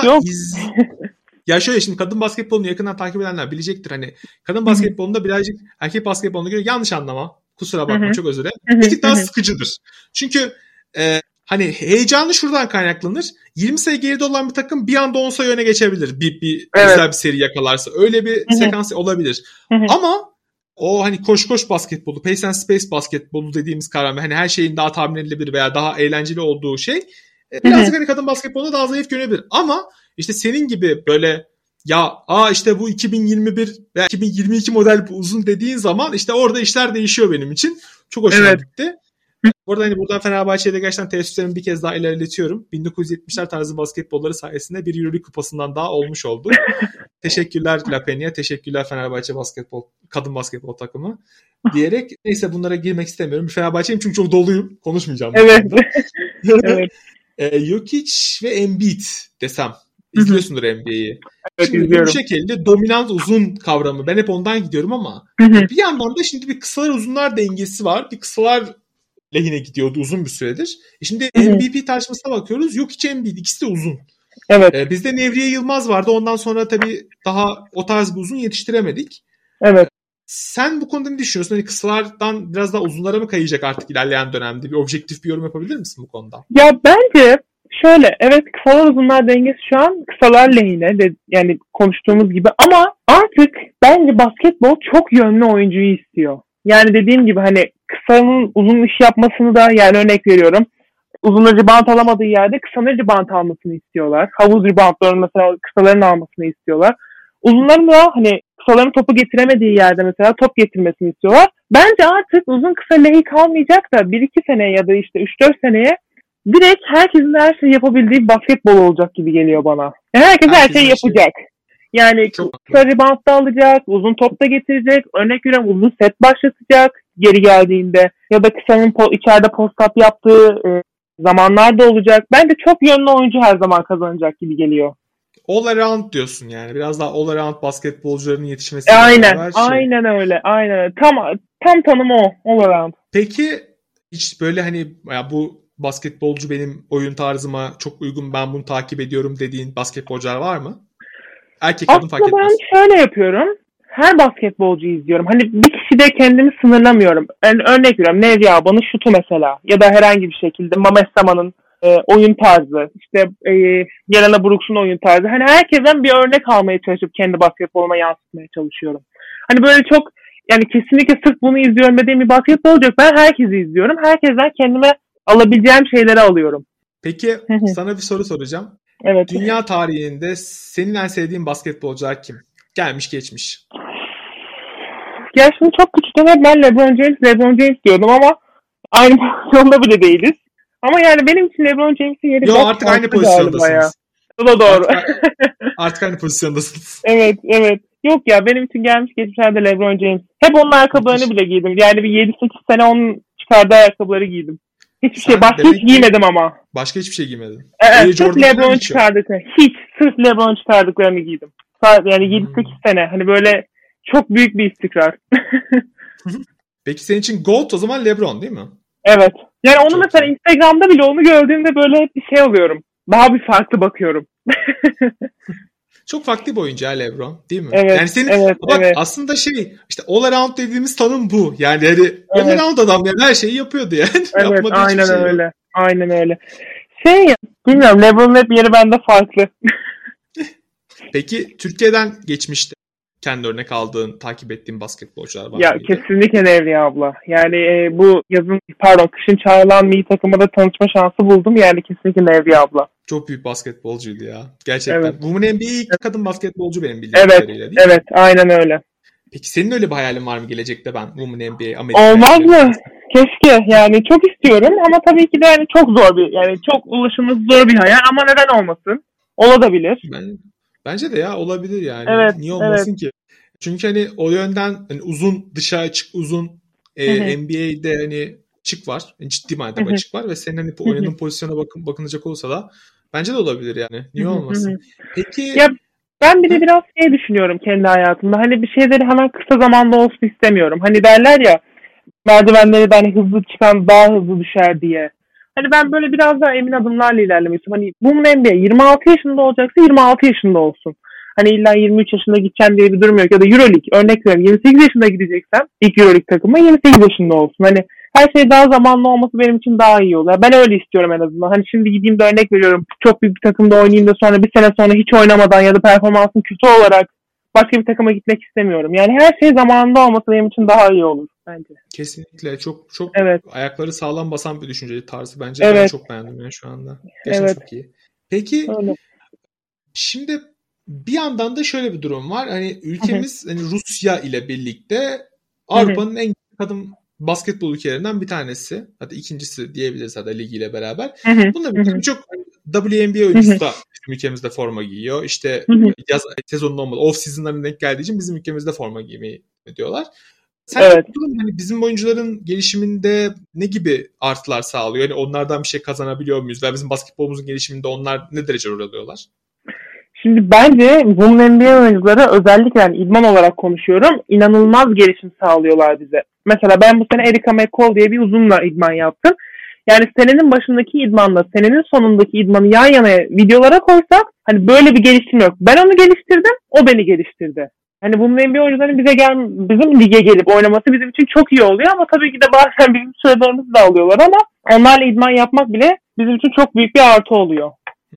Ya şöyle şimdi kadın basketbolunu yakından takip edenler bilecektir. Hani kadın basketbolunda birazcık erkek basketboluna göre yanlış anlama. Kusura bakma çok özür dilerim. Bir tık daha sıkıcıdır. Çünkü hani heyecanı şuradan kaynaklanır. 20 sayı geride olan bir takım bir anda 10 sayı öne geçebilir. Güzel bir seri yakalarsa. Öyle bir sekans olabilir. Ama o hani koş basketbolu, pace and space basketbolu dediğimiz kavram, hani her şeyin daha tahmin edilebilir veya daha eğlenceli olduğu şey birazcık hani kadın basketboluna daha zayıf görünebilir. Ama işte senin gibi böyle işte bu 2021 veya 2022 model uzun dediğin zaman işte orada işler değişiyor benim için. Çok hoşuma gitti. Bu arada hani buradan Fenerbahçe'ye de gerçekten teessüslerimi bir kez daha ilerletiyorum. 1970'ler tarzı basketbolları sayesinde bir Euroleague kupasından daha olmuş oldu. Teşekkürler La Peña, teşekkürler Fenerbahçe basketbol, kadın basketbol takımı diyerek neyse bunlara girmek istemiyorum. Bir Fenerbahçe'yim çünkü çok doluyum. Konuşmayacağım. Evet. Evet. Jokic ve Embiid desem. İzliyorsundur NBA'yi. Evet, şimdi izliyorum. bu şekilde dominant uzun kavramı. Ben hep ondan gidiyorum ama bir yandan da şimdi bir kısalar uzunlar dengesi var. Bir kısalar lehine gidiyordu uzun bir süredir. Şimdi MVP tartışmasına bakıyoruz. Jokic, Embiid ikisi de uzun. Evet. Bizde Nevriye Yılmaz vardı. Ondan sonra tabii daha o tarz bir uzun yetiştiremedik. Evet. Sen bu konuda ne düşünüyorsun? Hani kısalardan biraz daha uzunlara mı kayacak artık ilerleyen dönemde? Bir objektif bir yorum yapabilir misin bu konuda? Ya bence şöyle, evet, kısalar uzunlar dengesi şu an kısalar lehine de, yani konuştuğumuz gibi, ama artık bence basketbol çok yönlü oyuncuyu istiyor. Yani dediğim gibi hani kısanın uzun iş yapmasını da, yani örnek veriyorum, uzun rebound alamadığı yerde kısanın rebound almasını istiyorlar. Havuz reboundlarını mesela kısaların almasını istiyorlar. Uzunların da hani kısaların topu getiremediği yerde mesela top getirmesini istiyorlar. Bence artık uzun kısa lehi kalmayacak da 1-2 sene ya da işte 3-4 seneye direkt herkesin her şeyi yapabildiği basketbol olacak gibi geliyor bana. Herkes her şeyi yapacak. Yani kısa rebound da alacak, uzun top da getirecek, örnek veriyorum uzun set başlatacak geri geldiğinde ya da kısanın içeride post-up yaptığı zamanlar da olacak. Bence çok yönlü oyuncu her zaman kazanacak gibi geliyor. All around diyorsun yani. Biraz daha all around basketbolcuların yetişmesi. Aynen öyle. Tam tanımı o. All around. Peki hiç böyle hani ya bu basketbolcu benim oyun tarzıma çok uygun, ben bunu takip ediyorum dediğin basketbolcular var mı? Erkek kadın fark etmez. Aslında ben şöyle yapıyorum. Her basketbolcuyu izliyorum. Hani bir kişide kendimi sınırlamıyorum. Yani örnek veriyorum. Nevriye Aban'ın şutu mesela. Ya da herhangi bir şekilde Mames Saman'ın oyun tarzı. İşte Yelena Brooks'un oyun tarzı. Hani herkesten bir örnek almaya çalışıp kendi basketboluma yansıtmaya çalışıyorum. Hani böyle çok, yani kesinlikle sırf bunu izliyorum dediğim bir basketbolcu yok. Ben herkesi izliyorum. Herkesten kendime alabileceğim şeyleri alıyorum. Peki sana bir soru soracağım. Evet. Dünya tarihinde senin en sevdiğin basketbolcular kim? Gelmiş geçmiş. Ya şimdi çok küçükken hep ben LeBron James diyordum ama aynı pozisyonda bile değiliz. Ama yani benim için LeBron James'in yeri yok, artık aynı pozisyondasınız. Bu da doğru. Artık aynı pozisyondasınız. Evet. Yok ya, benim için gelmiş geçmişlerde LeBron James. Hep onun ayakkabılarını bile giydim. Yani bir 7-8 sene onun çıkardığı ayakkabıları giydim. Hiç giymedim ama. Başka hiçbir şey giymedim. Sırf LeBron çıkardıklarını. Sırf LeBron çıkardıklarını giydim. Yani 7-8 sene. Hani böyle çok büyük bir istikrar. Peki senin için GOAT o zaman LeBron değil mi? Evet. Yani onu çok mesela güzel. Instagram'da bile onu gördüğümde böyle hep bir şey oluyorum. Daha bir farklı bakıyorum. Çok farklı bir oyuncu LeBron değil mi? Evet, yani senin aslında işte all around dediğimiz tanım bu. Yani hani all around adam, yani her şeyi yapıyordu yani. Evet, aynen öyle. Yok. Aynen öyle. Bilmiyorum, LeBron'un hep yeri bende farklı. Peki Türkiye'den geçmişte kendi örnek aldığın, takip ettiğin basketbolcular var ya mıydı? Kesinlikle Nevriye abla. Yani bu kışın çağrılan milli takıma da tanışma şansı buldum. Yani kesinlikle Nevriye abla. Çok büyük basketbolcuydu ya. Gerçekten. Evet. Women NBA ilk kadın basketbolcu benim bildiğim kadarıyla değil mi? Evet, aynen öyle. Peki senin öyle bir hayalin var mı gelecekte, ben Women NBA Amerika? Olmaz mı? Keşke. Yani çok istiyorum ama tabii ki de yani çok zor çok ulaşılması zor bir hayal, ama neden olmasın? Olabilir. Bence de ya olabilir yani. Evet, niye olmasın ki? Çünkü hani o yönden hani uzun dışa açık uzun NBA'de hani açık var. Yani ciddi manada açık var ve senin hani oynadığın pozisyona bakılacak olsa da bence de olabilir yani. Niye olmasın? Peki ya ben bir de biraz düşünüyorum kendi hayatımda. Hani bir şeyleri hemen kısa zamanda olsun istemiyorum. Hani derler ya, merdivenleri de hani hızlı çıkan daha hızlı düşer diye. Hani ben böyle biraz daha emin adımlarla ilerlemek istiyorum. Hani bu NBA 26 yaşında olacaksa 26 yaşında olsun. Hani illa 23 yaşında gideceğim diye bir durum yok. Ya da Euroleague örnek veriyorum, 28 yaşında gideceksem ilk Euroleague takımı 28 yaşında olsun. Hani her şey daha zamanlı olması benim için daha iyi oluyor. Ben öyle istiyorum en azından. Hani şimdi gideyim de örnek veriyorum, çok büyük bir takımda oynayayım da sonra bir sene sonra hiç oynamadan ya da performansım kötü olarak başka bir takıma gitmek istemiyorum. Yani her şey zamanında olması benim için daha iyi olur bence. Kesinlikle. Çok ayakları sağlam basan bir düşünce tarzı bence. Ben çok beğendim yani şu anda. Gerçekten çok iyi. Peki şimdi bir yandan da şöyle bir durum var. Hani ülkemiz hani Rusya ile birlikte Avrupa'nın en kadın basketbol ülkelerinden bir tanesi. Hatta ikincisi diyebiliriz hatta ligiyle beraber. Bununla birlikte çok WNBA oyuncusu da bizim ülkemizde forma giyiyor. İşte yaz sezonun olmadı. Off season'larına denk geldiği için bizim ülkemizde forma giymeyi diyorlar. Sen bu durum hani bizim oyuncuların gelişiminde ne gibi artılar sağlıyor? Yani onlardan bir şey kazanabiliyor muyuz? Ve bizim basketbolumuzun gelişiminde onlar ne derece rol alıyorlar? Şimdi bence Women NBA oyuncuları özellikle yani idman olarak konuşuyorum. İnanılmaz gelişim sağlıyorlar bize. Mesela ben bu sene Erica McCall diye bir uzunla idman yaptım. Yani senenin başındaki idmanla senenin sonundaki idmanı yan yana videolara koysak hani böyle bir gelişim yok. Ben onu geliştirdim, o beni geliştirdi. Hani Women NBA oyuncuların bizim lige gelip oynaması bizim için çok iyi oluyor ama tabii ki de bazen bizim sürelerimizi de alıyorlar ama onlarla idman yapmak bile bizim için çok büyük bir artı oluyor.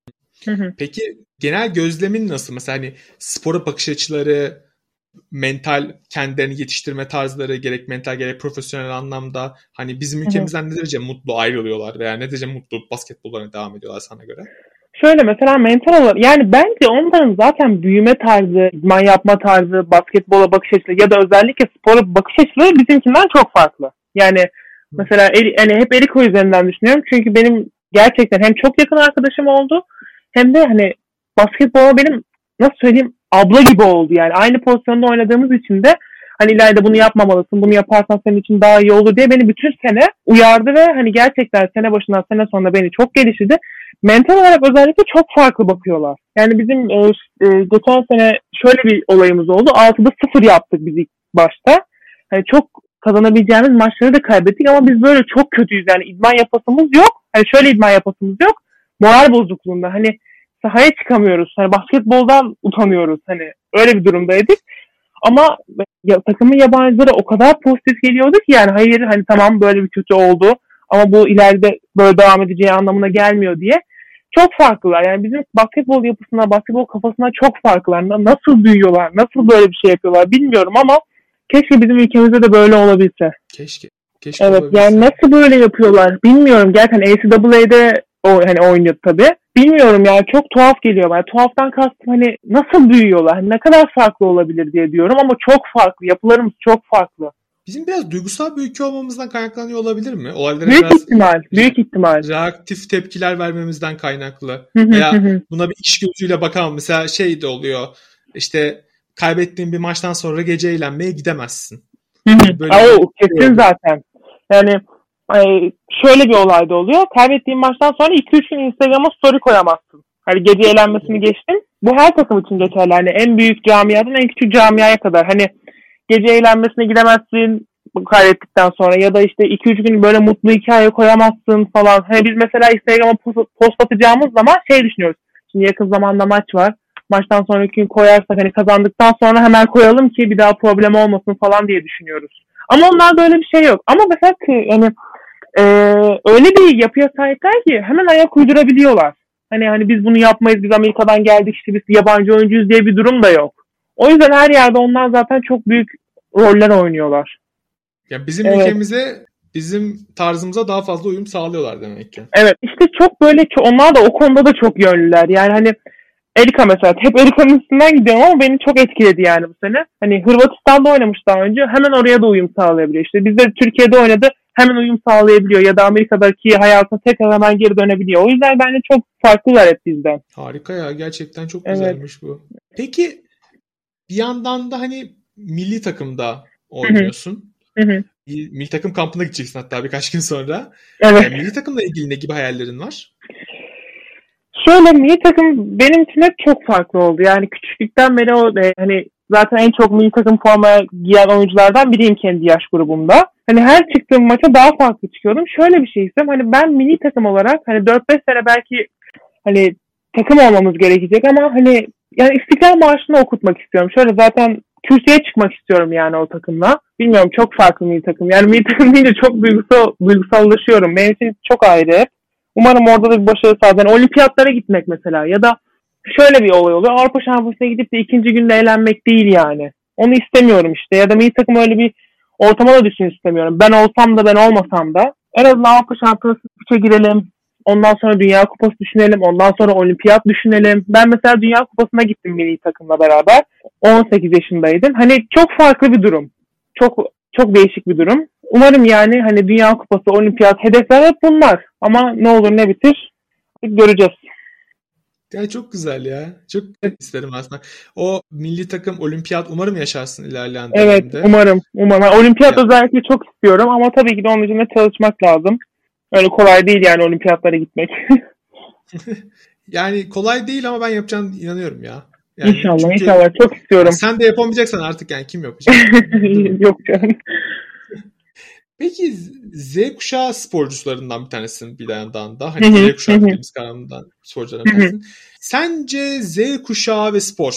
Peki genel gözlemin nasıl? Mesela hani spora bakış açıları, mental kendilerini yetiştirme tarzları gerek mental gerek profesyonel anlamda hani bizim ülkemizden ne derece mutlu ayrılıyorlar veya ne derece mutlu basketbollarına devam ediyorlar sana göre? Şöyle mesela mental olarak yani bence onların zaten büyüme tarzı, idman yapma tarzı, basketbola bakış açıları ya da özellikle spora bakış açıları bizimkinden çok farklı. Yani mesela hani hep Erica üzerinden düşünüyorum çünkü benim gerçekten hem çok yakın arkadaşım oldu hem de hani basketbola benim nasıl söyleyeyim abla gibi oldu yani. Aynı pozisyonda oynadığımız için de hani ileride bunu yapmamalısın, bunu yaparsan senin için daha iyi olur diye beni bütün sene uyardı ve hani gerçekten sene başından sene sonunda beni çok geliştirdi. Mental olarak özellikle çok farklı bakıyorlar. Yani bizim geçen sene şöyle bir olayımız oldu. 6'da 0 yaptık biz ilk başta. Hani çok kazanabileceğimiz maçları da kaybettik ama biz böyle çok kötüyüz. Yani idman yapasımız yok. Hani şöyle idman yapasımız yok. Moral bozukluğunda. Hani sahaya çıkamıyoruz. Hani basketboldan utanıyoruz. Hani öyle bir durumdaydık. Ama takımın yabancıları o kadar pozitif geliyordu ki yani hayır hani tamam böyle bir kötü oldu ama bu ileride böyle devam edeceği anlamına gelmiyor diye. Çok farklılar. Yani bizim basketbol yapısına, basketbol kafasına çok farklılar. Nasıl büyüyorlar, nasıl böyle bir şey yapıyorlar bilmiyorum ama keşke bizim ülkemizde de böyle olabilse. Keşke evet olabilse. Yani nasıl böyle yapıyorlar bilmiyorum. Gerçekten NCAA'de hani oynuyor tabii. Bilmiyorum ya çok tuhaf geliyor bana. Tuhaftan kastım hani nasıl büyüyorlar? Hani ne kadar farklı olabilir diye diyorum ama çok farklı. Yapılarımız çok farklı. Bizim biraz duygusal bir ülke olmamızdan kaynaklanıyor olabilir mi? Olaylara büyük ihtimal. Reaktif tepkiler vermemizden kaynaklı. Veya buna bir iş gözüyle bakamam. Mesela şey de oluyor. İşte kaybettiğin bir maçtan sonra gece eğlenmeye gidemezsin. Kesin zaten. Yani şöyle bir olay da oluyor. Kaybettiğin maçtan sonra 2-3 gün Instagram'a story koyamazsın. Hani gece eğlenmesini geçtim. Bu her takım için geçerli. Hani en büyük camiadan en küçük camiaya kadar. Hani gece eğlenmesine gidemezsin kaybettikten sonra ya da işte 2-3 gün böyle mutlu hikaye koyamazsın falan. Hani biz mesela Instagram'a post atacağımız zaman şey düşünüyoruz. Şimdi yakın zamanda maç var. Maçtan sonraki gün koyarsak hani kazandıktan sonra hemen koyalım ki bir daha problem olmasın falan diye düşünüyoruz. Ama onlarda öyle bir şey yok. Ama mesela yani öyle bir yapıya sahipler ki hemen ayak uydurabiliyorlar. Hani biz bunu yapmayız, biz Amerika'dan geldik işte biz yabancı oyuncuyuz diye bir durum da yok. O yüzden her yerde onlar zaten çok büyük roller oynuyorlar. Ya bizim ülkemize, bizim tarzımıza daha fazla uyum sağlıyorlar demek ki. Evet işte çok böyle onlar da o konuda da çok yönlüler. Yani hani Erica mesela hep Erica'nın üstünden gidiyorum ama beni çok etkiledi yani bu sene. Hani Hırvatistan'da oynamış daha önce hemen oraya da uyum sağlayabiliyor. İşte bizde Türkiye'de oynadı hemen uyum sağlayabiliyor ya da Amerika'daki hayatına tekrar hemen geri dönebiliyor. O yüzden bence çok farklılar hep bizden. Harika ya gerçekten çok güzelmiş bu. Peki bir yandan da hani milli takımda oynuyorsun. Milli takım kampına gideceksin hatta birkaç gün sonra. Evet. Milli takımla ilgili ne gibi hayallerin var? Şöyle milli takım benim için hep çok farklı oldu. Yani küçüklükten beri hani zaten en çok milli takım forma giyen oyunculardan biriyim kendi yaş grubumda. Hani her çıktığım maça daha farklı çıkıyordum. Şöyle bir şey istiyorum. Hani ben milli takım olarak hani 4-5 sene belki hani takım olmamız gerekecek ama hani yani İstiklal Marşı'nı okutmak istiyorum. Şöyle zaten kürsüye çıkmak istiyorum yani o takımla. Bilmiyorum çok farklı milli takım. Yani milli takım deyince çok duygusallaşıyorum. Benim için çok ayrı. Umarım orada da bir başarı sağlar. Yani olimpiyatlara gitmek mesela ya da şöyle bir olay oluyor. Avrupa Şampiyonası'na gidip de ikinci günde eğlenmek değil yani. Onu istemiyorum işte. Ya da milli takım öyle bir ortama da düşsün istemiyorum. Ben olsam da ben olmasam da en azından Avrupa Şampiyonası'na girelim. Ondan sonra Dünya Kupası düşünelim. Ondan sonra olimpiyat düşünelim. Ben mesela Dünya Kupası'na gittim milli takımla beraber. 18 yaşındaydım. Hani çok farklı bir durum. Çok değişik bir durum. Umarım yani hani Dünya Kupası, Olimpiyat hedefler hep bunlar. Ama ne olur ne bitir göreceğiz. Ya çok güzel ya. Çok isterim aslında. O milli takım olimpiyat umarım yaşarsın ilerleyen Evet, dönemde. umarım. Yani olimpiyat Ya. özellikle çok istiyorum ama tabii ki de onun için de çalışmak lazım. Öyle kolay değil yani olimpiyatlara gitmek. Yani kolay değil ama ben yapacağına inanıyorum ya. Yani İnşallah, çünkü inşallah. Çok istiyorum. sen de yapamayacaksan artık yani kim yapacak? Yok canım. Peki Z kuşağı sporcularından bir tanesin bir yandan da. Hani Z kuşağı dediğimiz kavramdan sporculardan bir tanesin. Sence Z kuşağı ve spor.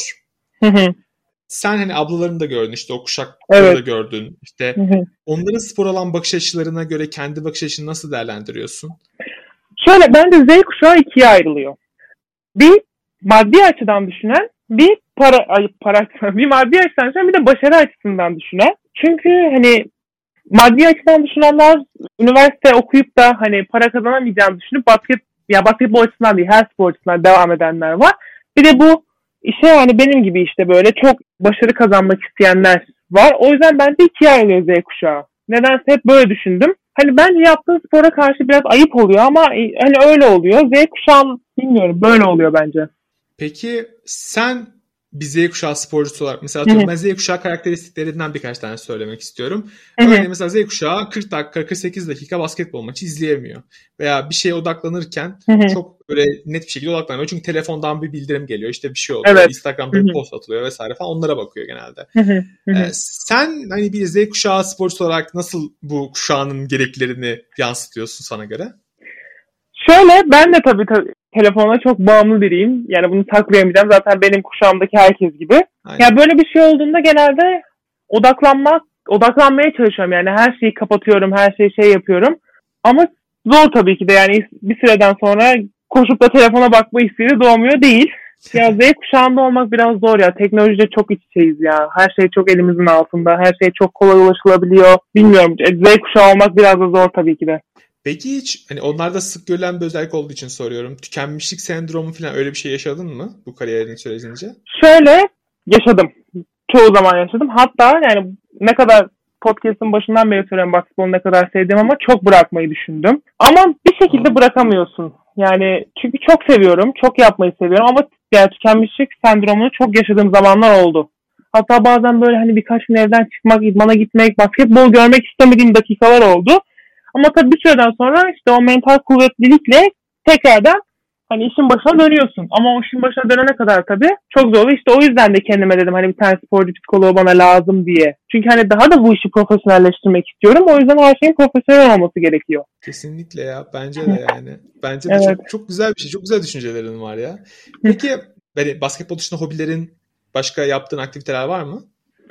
Sen hani ablalarını da gördün, işte o kuşakları da gördün. İşte onların spor olan bakış açılarına göre kendi bakış açını nasıl değerlendiriyorsun? Şöyle, bence Z kuşağı ikiye ayrılıyor. Bir maddi açıdan düşünen, bir bir maddi açıdan düşünen, bir de başarı açısından düşünen. Çünkü hani maddi açıdan düşünenler üniversite okuyup da hani para kazanamayacağını düşünüp basketbol açısından değil, her spor açısından devam edenler var. Bir de bu işe yani benim gibi işte böyle çok başarı kazanmak isteyenler var. O yüzden bence ikiye ayrılıyor Z kuşağı. Nedense hep böyle düşündüm. Hani bence yaptığın spora karşı biraz ayıp oluyor ama hani öyle oluyor. Z kuşağı bilmiyorum, böyle oluyor bence. Peki sen bir Z kuşağı sporcusu olarak mesela atıyorum ben Z kuşağı karakteristiklerinden birkaç tane söylemek istiyorum. Örneğin mesela Z kuşağı 40 dakika 48 dakika basketbol maçı izleyemiyor. Veya bir şeye odaklanırken çok böyle net bir şekilde odaklanamıyor. Çünkü telefondan bir bildirim geliyor, işte bir şey oluyor. Evet. Instagram'da bir post atılıyor vesaire falan, onlara bakıyor genelde. Sen hani bir Z kuşağı sporcusu olarak nasıl bu kuşağının gereklerini yansıtıyorsun sana göre? Şöyle, ben de tabii telefona çok bağımlı biriyim. Yani bunu saklayamayacağım. Zaten benim kuşağımdaki herkes gibi. Aynen. Yani böyle bir şey olduğunda genelde odaklanmaya çalışıyorum. Yani her şeyi kapatıyorum, her şeyi yapıyorum. Ama zor tabii ki de, yani bir süreden sonra koşup da telefona bakma isteği doğmuyor değil. Ya Z kuşağında olmak biraz zor ya. Teknolojide çok iç içeyiz ya. Her şey çok elimizin altında. Her şey çok kolay ulaşılabiliyor. Bilmiyorum. Z kuşağı olmak biraz da zor tabii ki de. Peki hiç hani onlarda sık görülen bir özellik olduğu için soruyorum. Tükenmişlik sendromu falan, öyle bir şey yaşadın mı bu kariyerin sürecince? Şöyle yaşadım. Çoğu zaman yaşadım. Hatta yani ne kadar podcast'ın başından beri söylüyorum basketbolu ne kadar sevdiğim ama çok bırakmayı düşündüm. Ama bir şekilde bırakamıyorsun. Yani çünkü çok seviyorum. Çok yapmayı seviyorum ama yani tükenmişlik sendromunu çok yaşadığım zamanlar oldu. Hatta bazen böyle hani birkaç gün evden çıkmak, idmana gitmek, basketbol görmek istemediğim dakikalar oldu. Ama tabii bir süreden sonra işte o mental kuvvetlilikle tekrardan hani işin başına dönüyorsun. Ama o işin başına dönene kadar tabii çok zor. İşte o yüzden de kendime dedim hani bir tane sporcu psikoloğu bana lazım diye. Çünkü hani daha da bu işi profesyonelleştirmek istiyorum. O yüzden her şeyin profesyonel olması gerekiyor. Kesinlikle ya. Bence de yani. Bence de evet. Çok güzel bir şey. Çok güzel düşüncelerin var ya. Peki böyle basketbol dışında hobilerin, başka yaptığın aktiviteler var mı?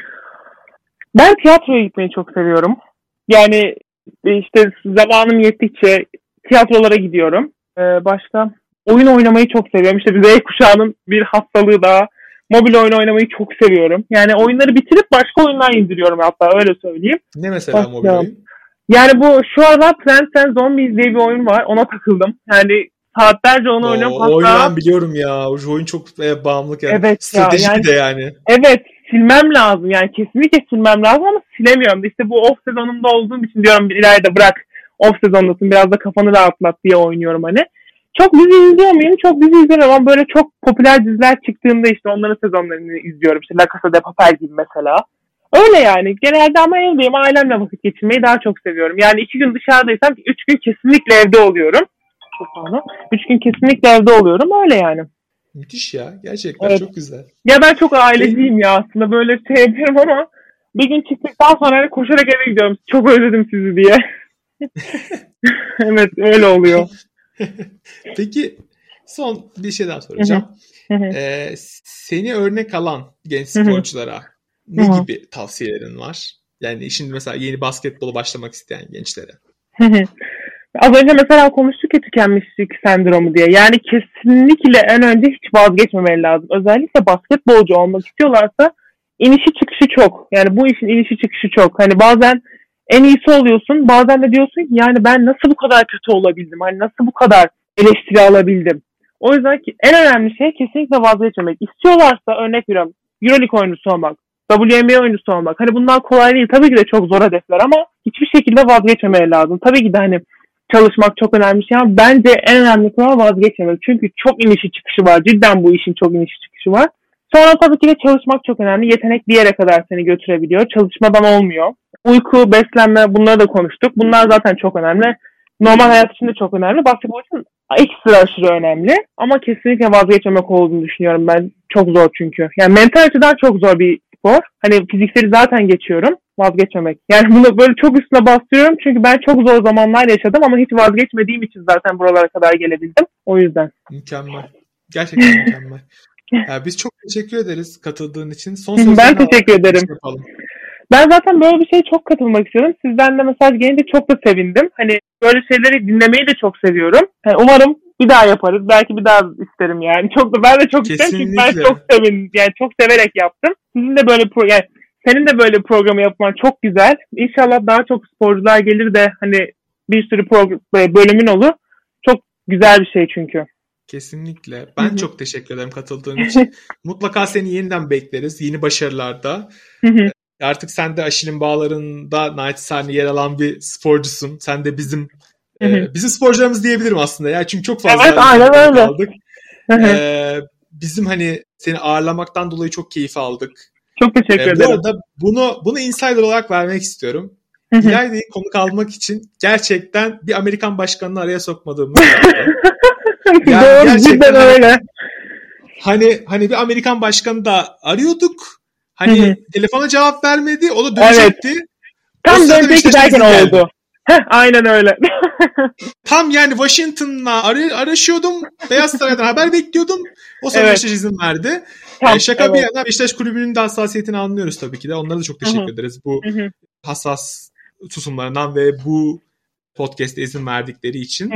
Ben tiyatroya gitmeyi çok seviyorum. Yani işte zamanım yettikçe tiyatrolara gidiyorum. Başka oyun oynamayı çok seviyorum. İşte bir Z kuşağının bir hastalığı daha. Mobil oyun oynamayı çok seviyorum. Yani oyunları bitirip başka oyunlar indiriyorum, hatta öyle söyleyeyim. Ne mesela mobil oyun? Yani bu şu anda Plants and Zombies diye bir oyun var. Ona takıldım. Yani saatlerce onu oynuyorum. O oyunu ben biliyorum ya. O oyun çok bağımlılık yani. Evet, stratejik de yani. Evet. Silmem lazım. Yani kesinlikle silmem lazım ama silemiyorum. İşte bu off sezonumda olduğum için diyorum ileride bırak. Off sezondasın. Biraz da kafanı rahatlat diye oynuyorum hani. Çok dizi izliyor muyum? Çok dizi izliyorum ama böyle çok popüler diziler çıktığında işte onların sezonlarını izliyorum. İşte La Casa de Papel gibi mesela. Öyle yani. Genelde ama evdeyim. Ailemle vakit geçirmeyi daha çok seviyorum. Yani 2 gün dışarıdaysam 3 gün kesinlikle evde oluyorum. 3 gün kesinlikle evde oluyorum. Öyle yani. Müthiş ya. Gerçekten çok güzel. Ya ben çok aileciyim ya aslında. Böyle şey yapıyorum ama bir gün çıktıktan sonra koşarak eve gidiyorum. Çok özledim sizi diye. Evet, öyle oluyor. Peki son bir şey daha soracağım. Seni örnek alan genç sporculara ne gibi tavsiyelerin var? Yani şimdi mesela yeni basketbola başlamak isteyen gençlere. Az önce mesela konuştuk ya tükenmişlik sendromu diye. Yani kesinlikle en önce hiç vazgeçmemeleri lazım. Özellikle basketbolcu olmak istiyorlarsa inişi çıkışı çok. Yani bu işin inişi çıkışı çok. Hani bazen en iyisi oluyorsun. Bazen de diyorsun ki yani ben nasıl bu kadar kötü olabildim? Hani nasıl bu kadar eleştiri alabildim? O yüzden en önemli şey kesinlikle vazgeçmemek. İstiyorlarsa örnek veriyorum EuroLeague oyuncusu olmak. WNBA oyuncusu olmak. Hani bunlar kolay değil. Tabii ki de çok zor hedefler ama hiçbir şekilde vazgeçmemeye lazım. Tabii ki de hani çalışmak çok önemli şey ama bence en önemli konu vazgeçmemek. Çünkü çok inişi çıkışı var. Cidden bu işin çok inişi çıkışı var. Sonra tabii ki de çalışmak çok önemli. Yetenek bir yere kadar seni götürebiliyor. Çalışmadan olmuyor. Uyku, beslenme bunları da konuştuk. Bunlar zaten çok önemli. Normal hayat için de çok önemli. Basketbol için ekstra aşırı önemli. Ama kesinlikle vazgeçmemek olduğunu düşünüyorum ben. Çok zor çünkü. Yani mental açıdan çok zor bir spor. Hani fizikseli zaten geçiyorum. Vazgeçmemek. Yani bunu böyle çok üstüne bastırıyorum. Çünkü ben çok zor zamanlar yaşadım ama hiç vazgeçmediğim için zaten buralara kadar gelebildim. O yüzden. Mükemmel. Gerçekten mükemmel. Ya biz çok teşekkür ederiz katıldığın için. Son ben teşekkür ederim. Ben zaten böyle bir şeye çok katılmak istiyorum. Sizden de mesaj gelince çok da sevindim. Hani böyle şeyleri dinlemeyi de çok seviyorum. Yani umarım bir daha yaparız. Belki bir daha isterim yani. Ben de çok isterim çünkü ben çok sevindim. Yani çok severek yaptım. Sizin de böyle yani senin de böyle programı yapman çok güzel. İnşallah daha çok sporcular gelir de hani bir sürü bölümün olur. Çok güzel bir şey çünkü. Kesinlikle. Ben çok teşekkür ederim katıldığın için. Mutlaka seni yeniden bekleriz. Yeni başarılarda. Artık sen de Aşil'in bağlarında naçizane yer alan bir sporcusun. Sen de bizim sporcularımız diyebilirim aslında ya. Çünkü çok fazla aynen öyle. aldık. Bizim hani seni ağırlamaktan dolayı çok keyif aldık. Çok teşekkür ederim. Bu arada bunu insider olarak vermek istiyorum. İlayda'yı konuk almak için gerçekten bir Amerikan başkanını araya sokmadığımız yani doğru, cidden öyle. Hani bir Amerikan başkanı da arıyorduk. Hani telefona cevap vermedi. O da dönecekti. Evet. Tam dönecekti derken oldu. Aynen öyle. Tam yani Washington'la araşıyordum. Beyaz Saray'dan haber bekliyordum. O sonra Beşiktaş izin verdi. Şaka bir yana Beşiktaş kulübünün de hassasiyetini anlıyoruz tabii ki de. Onlara da çok teşekkür ederiz. Bu hassas tutumlarından ve bu podcast'e izin verdikleri için.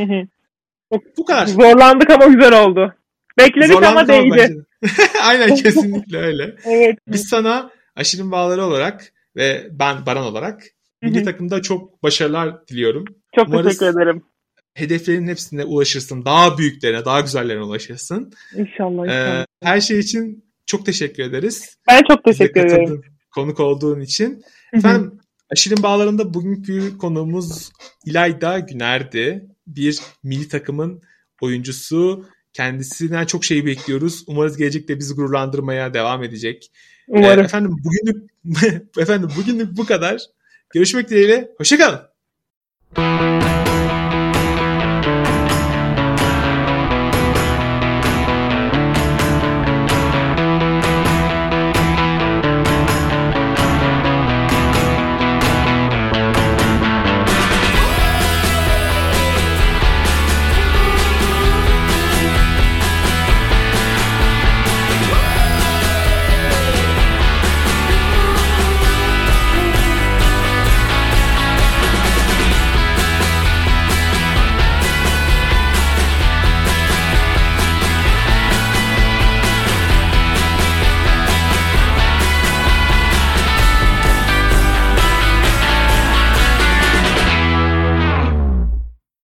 Bu kadar. Zorlandık ama güzel oldu. Bekledik ama değdi. Aynen, kesinlikle öyle. Evet. Biz sana Aşil'in bağları olarak ve ben Baran olarak milli takımda çok başarılar diliyorum. Çok teşekkür ederim. Hedeflerin hepsine ulaşırsın. Daha büyüklerine, daha güzellerine ulaşırsın. İnşallah. Her şey için çok teşekkür ederiz. Ben çok teşekkür ederim. Konuk olduğun için. Efendim, Aşil'in bağlarında bugünkü konuğumuz İlayda Güner'di. Bir milli takımın oyuncusu. Kendisinden çok şey bekliyoruz. Umarız gelecekte bizi gururlandırmaya devam edecek. Umarım. Efendim bugünlük bu kadar. Görüşmek dileğiyle. Hoşça kalın.